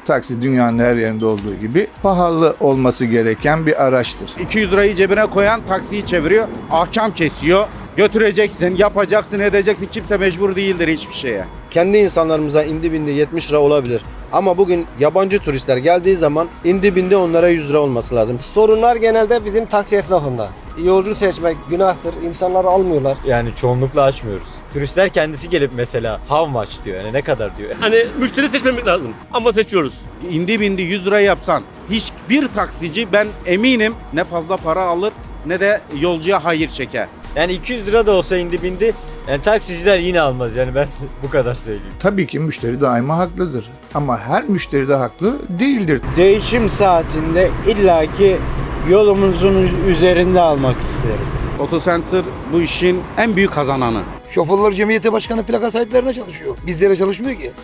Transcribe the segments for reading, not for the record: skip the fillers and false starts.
Taksi dünyanın her yerinde olduğu gibi pahalı olması gereken bir araçtır. 200 lirayı cebine koyan taksiyi çeviriyor, ahkam kesiyor. Götüreceksin, yapacaksın, edeceksin. Kimse mecbur değildir hiçbir şeye. Kendi insanlarımıza indi bindi 70 lira olabilir. Ama bugün yabancı turistler geldiği zaman indi bindi onlara 100 lira olması lazım. Sorunlar genelde bizim taksi esnafında. Yolcu seçmek günahtır. İnsanlar almıyorlar. Yani çoğunlukla açmıyoruz. Turistler kendisi gelip mesela how much diyor, yani ne kadar diyor. Hani müşteri seçmemek lazım ama seçiyoruz. İndi bindi 100 lira yapsan hiçbir taksici ben eminim ne fazla para alır ne de yolcuya hayır çeker. Yani 200 lira da olsa indi bindi, yani taksiciler yine almaz, yani ben bu kadar söyleyeyim. Tabii ki müşteri daima haklıdır. Ama her müşteri de haklı değildir. Değişim saatinde illaki yolumuzun üzerinde almak isteriz. Otocenter bu işin en büyük kazananı. Şoförler Cemiyeti Başkanı plaka sahiplerine çalışıyor. Bizlere çalışmıyor ki.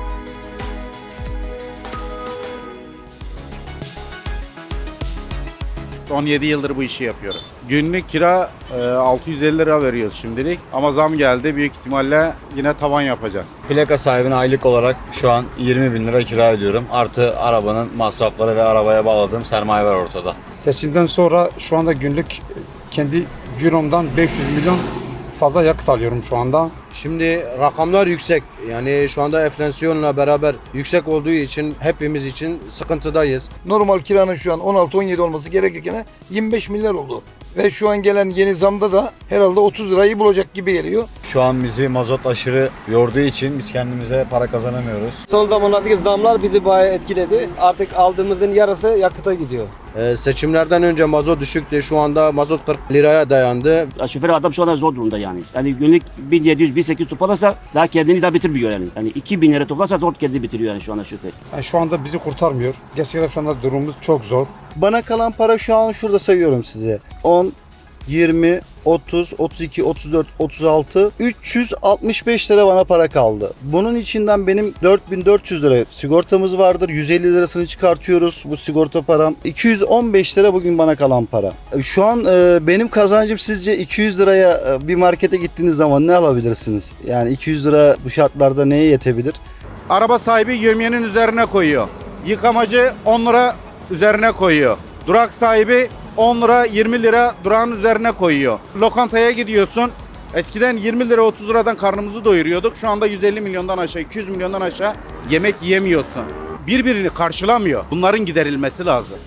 Son 17 yıldır bu işi yapıyorum. Günlük kira 650 lira veriyoruz şimdilik. Ama zam geldi. Büyük ihtimalle yine tavan yapacağız. Plaka sahibine aylık olarak şu an 20 bin lira kira ödüyorum. Artı arabanın masrafları ve arabaya bağladığım sermaye var ortada. Seçimden sonra şu anda günlük kendi ciromdan 500 milyon fazla yakıt alıyorum şu anda. Şimdi rakamlar yüksek. Yani şu anda enflasyonla beraber yüksek olduğu için hepimiz için sıkıntıdayız. Normal kiranın şu an 16-17 olması gerekirken 25 milyar oldu. Ve şu an gelen yeni zamda da herhalde 30 lirayı bulacak gibi geliyor. Şu an bizi mazot aşırı yorduğu için biz kendimize para kazanamıyoruz. Son zamanlardaki zamlar bizi bayağı etkiledi. Artık aldığımızın yarısı yakıta gidiyor. Seçimlerden önce mazot düşüktü. Şu anda mazot 40 liraya dayandı. Şoför adam şu anda zor durumda yani. Yani günlük 1700-1800 toplarsa daha kendini daha bitirmiyor yani. Yani 2000 lira toplarsa zor kendini bitiriyor yani şu anda şoför. Yani şu anda bizi kurtarmıyor. Gerçekten şu anda durumumuz çok zor. Bana kalan para şu an şurada sayıyorum size. 10, 20, 30, 32, 34, 36, 365 lira bana para kaldı. Bunun içinden benim 4400 lira sigortamız vardır. 150 lirasını çıkartıyoruz bu sigorta param. 215 lira bugün bana kalan para. Şu an benim kazancım sizce 200 liraya bir markete gittiğiniz zaman ne alabilirsiniz? Yani 200 lira bu şartlarda neye yetebilir? Araba sahibi yevmiyenin üzerine koyuyor. Yıkamacı 10 lira üzerine koyuyor. Durak sahibi 10 lira 20 lira durağın üzerine koyuyor. Lokantaya gidiyorsun. Eskiden 20 lira 30 liradan karnımızı doyuruyorduk. Şu anda 150 milyondan aşağı 200 milyondan aşağı yemek yiyemiyorsun. Birbirini karşılamıyor. Bunların giderilmesi lazım.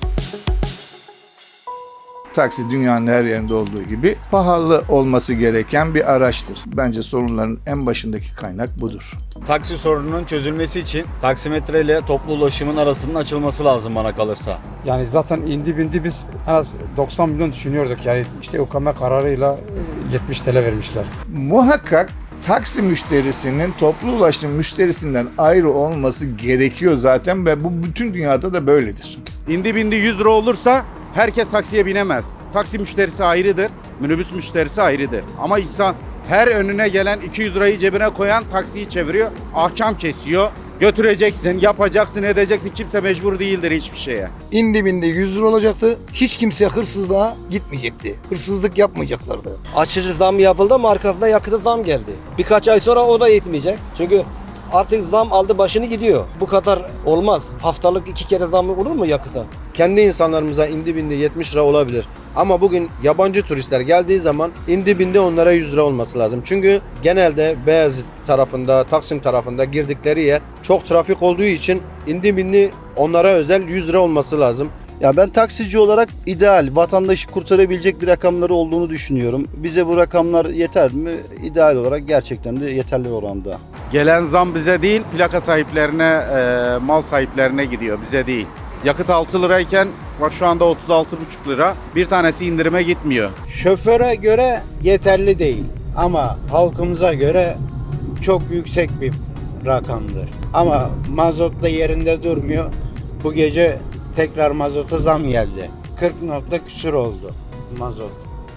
Taksi dünyanın her yerinde olduğu gibi pahalı olması gereken bir araçtır. Bence sorunların en başındaki kaynak budur. Taksi sorununun çözülmesi için taksimetre ile toplu ulaşımın arasının açılması lazım bana kalırsa. Yani zaten indi bindi biz en az 90 milyon düşünüyorduk. Yani işte UKM kararıyla 70 TL vermişler. Muhakkak taksi müşterisinin toplu ulaşım müşterisinden ayrı olması gerekiyor zaten ve bu bütün dünyada da böyledir. İndi bindi 100 lira olursa herkes taksiye binemez. Taksi müşterisi ayrıdır, minibüs müşterisi ayrıdır. Ama insan her önüne gelen 200 lirayı cebine koyan taksiyi çeviriyor, ahkam kesiyor. Götüreceksin, yapacaksın, edeceksin. Kimse mecbur değildir hiçbir şeye. İndi bindi 100 lira olacaktı. Hiç kimse hırsızlığa gitmeyecekti. Hırsızlık yapmayacaklardı. Aşırı zam yapıldı ama arkasında yakıta zam geldi. Birkaç ay sonra o da yetmeyecek. Çünkü artık zam aldı başını gidiyor. Bu kadar olmaz. Haftalık 2 kere zam olur mu yakıta? Kendi insanlarımıza indi bindi 70 lira olabilir. Ama bugün yabancı turistler geldiği zaman indi bindi onlara 100 lira olması lazım. Çünkü genelde Beyazıt tarafında, Taksim tarafında girdikleri yer çok trafik olduğu için indi bindi onlara özel 100 lira olması lazım. Ya ben taksici olarak ideal, vatandaşı kurtarabilecek bir rakamları olduğunu düşünüyorum. Bize bu rakamlar yeter mi? İdeal olarak gerçekten de yeterli oranda. Gelen zam bize değil, plaka sahiplerine, mal sahiplerine gidiyor, bize değil. Yakıt 6 lirayken bak şu anda 36,5 lira. Bir tanesi indirime gitmiyor. Şoföre göre yeterli değil ama halkımıza göre çok yüksek bir rakamdır. Ama mazot da yerinde durmuyor. Bu gece tekrar mazota zam geldi. 40 nokta küsür oldu mazot.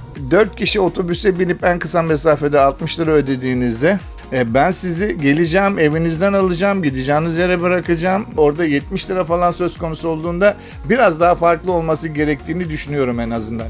4 kişi otobüse binip en kısa mesafede 60 lira ödediğinizde ben sizi geleceğim, evinizden alacağım, gideceğiniz yere bırakacağım. Orada 70 lira falan söz konusu olduğunda biraz daha farklı olması gerektiğini düşünüyorum en azından.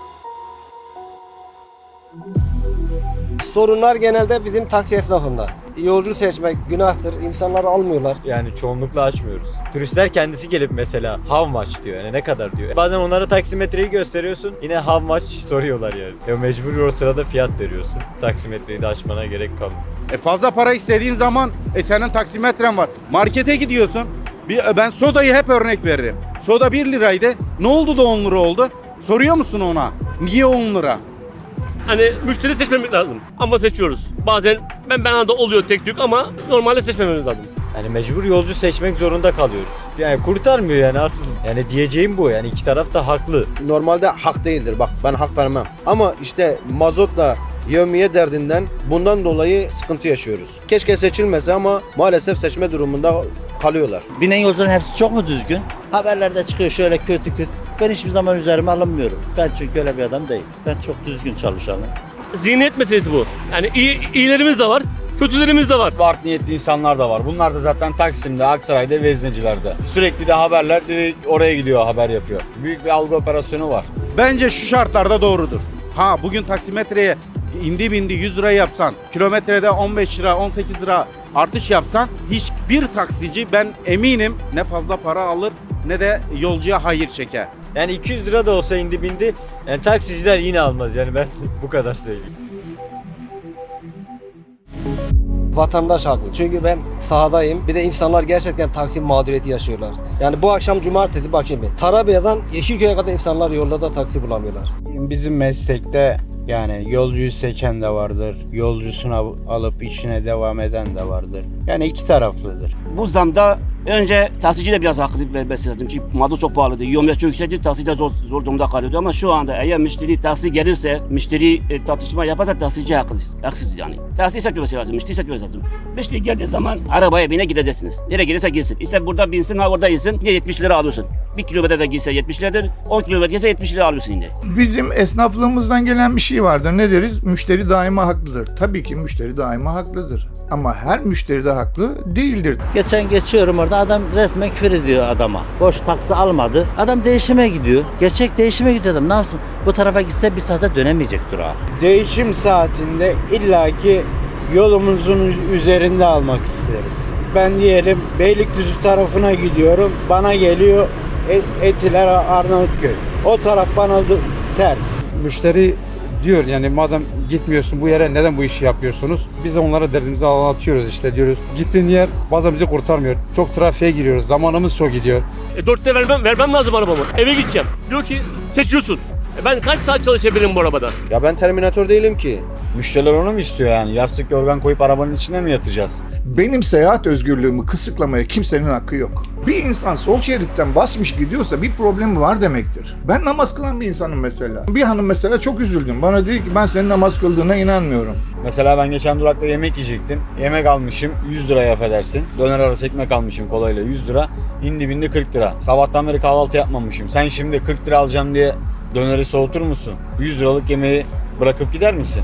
Sorunlar genelde bizim taksi esnafında. Yolcu seçmek günahtır. İnsanlar almıyorlar. Yani çoğunlukla açmıyoruz. Turistler kendisi gelip mesela how much diyor, yani ne kadar diyor. Bazen onlara taksimetreyi gösteriyorsun, yine how much soruyorlar yani. Ya mecbur o sırada fiyat veriyorsun. Taksimetreyi de açmana gerek kalmıyor. Fazla para istediğin zaman senin taksimetren var. Markete gidiyorsun. Ben sodayı hep örnek veririm. Soda 1 liraydı. Ne oldu da 10 lira oldu? Soruyor musun ona? Niye 10 lira? Hani müşteri seçmemek lazım. Ama seçiyoruz. Bazen ben anda oluyor tek tük ama normalde seçmememiz lazım. Yani mecbur yolcu seçmek zorunda kalıyoruz. Yani kurtarmıyor yani asıl. Yani diyeceğim bu, yani iki taraf da haklı. Normalde hak değildir. Bak ben hak vermem. Ama işte mazotla yevmiye derdinden bundan dolayı sıkıntı yaşıyoruz. Keşke seçilmese ama maalesef seçme durumunda kalıyorlar. Binen yolcuların hepsi çok mu düzgün? Haberlerde çıkıyor şöyle kötü kötü. Ben hiçbir zaman üzerime alınmıyorum. Ben çünkü öyle bir adam değilim. Ben çok düzgün çalışanım. Zihniyet meselesi bu. Yani iyilerimiz de var, kötülerimiz de var. Art niyetli insanlar da var. Bunlar da zaten Taksim'de, Aksaray'da, Vezneciler'de. Sürekli de haberler direkt oraya gidiyor, haber yapıyor. Büyük bir algı operasyonu var. Bence şu şartlarda doğrudur. Ha bugün taksimetreye indi bindi 100 lira yapsan, kilometrede 15 lira 18 lira artış yapsan hiçbir taksici ben eminim ne fazla para alır ne de yolcuya hayır çeker. Yani 200 lira da olsa indi bindi, yani taksiciler yine almaz yani ben bu kadar söyleyeyim. Vatandaş haklı. Çünkü ben sahadayım. Bir de insanlar gerçekten taksi mağduriyeti yaşıyorlar. Yani bu akşam cumartesi bak şimdi. Tarabiya'dan Yeşilköy'e kadar insanlar yolda da taksi bulamıyorlar. Bizim meslekte yani yolcuyu seçen de vardır, yolcusunu alıp işine devam eden de vardır. Yani iki taraflıdır. Bu zamda önce taksici de biraz haklı vermesi lazım. Çünkü mazot çok pahalıydı. Yomya çok yükseldi, taksici de zor durumda kalıyordu. Ama şu anda eğer müşteri taksi gelirse, müşteri tartışma yaparsa taksici haksız yani. Taksi seçmesi lazım, müşteri seçmesi lazım. Müşteri geldiği zaman arabaya bine gideceksiniz. Nereye gelirse gitsin. İşte burada binsin, ha orada insin, yine 70 lira alıyorsun. 1 kilometre gitse 70 liradır, 10 kilometre gitse 70 lira alıyorsun yine. Bizim esnaflığımızdan gelen bir şey vardır. Ne deriz? Müşteri daima haklıdır. Tabii ki müşteri daima haklıdır. Ama her müşteri de haklı değildir. Geçen geçiyorum orada adam resmen küfür ediyor adama. Boş taksi almadı. Adam değişime gidiyor. Gerçek değişime gidiyor adam. Ne yapsın? Bu tarafa gitse bir saate dönemeyecek durağa. Değişim saatinde illaki yolumuzun üzerinde almak isteriz. Ben diyelim Beylikdüzü tarafına gidiyorum. Bana geliyor Etiler Arnavutköy. O taraf bana ters. Müşteri diyor yani madem gitmiyorsun bu yere neden bu işi yapıyorsunuz? Biz de onlara derdimizi anlatıyoruz işte diyoruz. Gittiğin yer bazen bizi kurtarmıyor. Çok trafiğe giriyoruz. Zamanımız çok gidiyor. 4'te vermem lazım arabamı. Eve gideceğim. Diyor ki seçiyorsun. Ben kaç saat çalışabilirim bu arabada? Ya ben Terminator değilim ki. Müşteriler onu mu istiyor yani? Yastık yorgan koyup arabanın içine mi yatacağız? Benim seyahat özgürlüğümü kısıtlamaya kimsenin hakkı yok. Bir insan sol şeritten basmış gidiyorsa bir problemi var demektir. Ben namaz kılan bir insanım mesela. Bir hanım mesela çok üzüldüm. Bana dedi ki ben senin namaz kıldığına inanmıyorum. Mesela ben geçen durakta yemek yiyecektim. Yemek almışım 100 liraya affedersin. Döner arası ekmek almışım kolayla 100 lira. İndi bindi 40 lira. Sabahtan beri kahvaltı yapmamışım. Sen şimdi 40 lira alacağım diye döneri soğutur musun? 100 liralık yemeği bırakıp gider misin?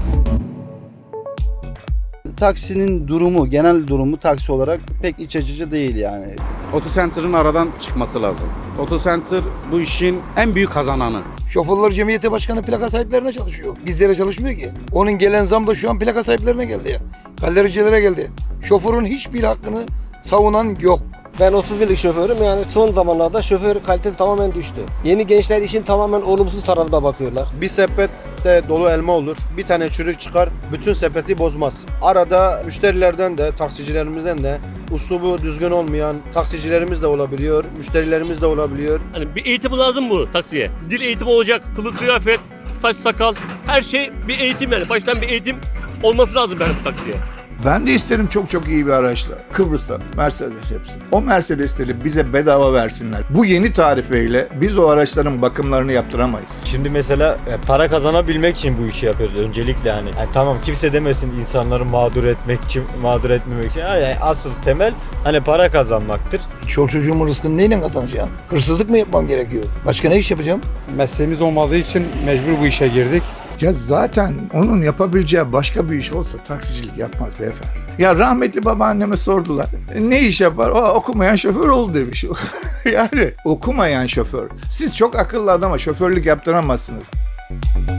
Taksinin durumu, genel durumu taksi olarak pek iç açıcı değil yani. Otocenter'ın aradan çıkması lazım. Otocenter bu işin en büyük kazananı. Şoförler Cemiyeti Başkanı plaka sahiplerine çalışıyor. Bizlere çalışmıyor ki. Onun gelen zam da şu an plaka sahiplerine geldi ya. Galericilere geldi. Şoförün hiçbir hakkını savunan yok. Ben 30 yıllık şoförüm, yani son zamanlarda şoför kalitesi tamamen düştü. Yeni gençler işin tamamen olumsuz tarafına bakıyorlar. Bir sepette dolu elma olur. Bir tane çürük çıkar. Bütün sepeti bozmaz. Arada müşterilerden de taksicilerimizden de uslubu düzgün olmayan taksicilerimiz de olabiliyor. Müşterilerimiz de olabiliyor. Hani bir eğitim lazım bu taksiye. Dil eğitimi olacak, kılık kıyafet, saç sakal. Her şey bir eğitim yani. Baştan bir eğitim olması lazım yani bu taksiye. Ben de isterim çok iyi bir araçla. Kıbrıs'ta Mercedes hepsi. O Mercedesleri bize bedava versinler. Bu yeni tarifeyle biz o araçların bakımlarını yaptıramayız. Şimdi mesela para kazanabilmek için bu işi yapıyoruz öncelikle hani. Yani tamam kimse demesin insanları mağdur etmek için, mağdur etmemek için. Yani asıl temel hani para kazanmaktır. Çok çocuğumun rızkını neyle kazanacağım? Hırsızlık mı yapmam gerekiyor? Başka ne iş yapacağım? Mesleğimiz olmadığı için mecbur bu işe girdik. Ya zaten onun yapabileceği başka bir iş olsa taksicilik yapmaz beyefendi. Ya rahmetli babaanneme sordular. Ne iş yapar? O okumayan şoför oldu demiş. Yani okumayan şoför. Siz çok akıllı adama şoförlük yaptıramazsınız.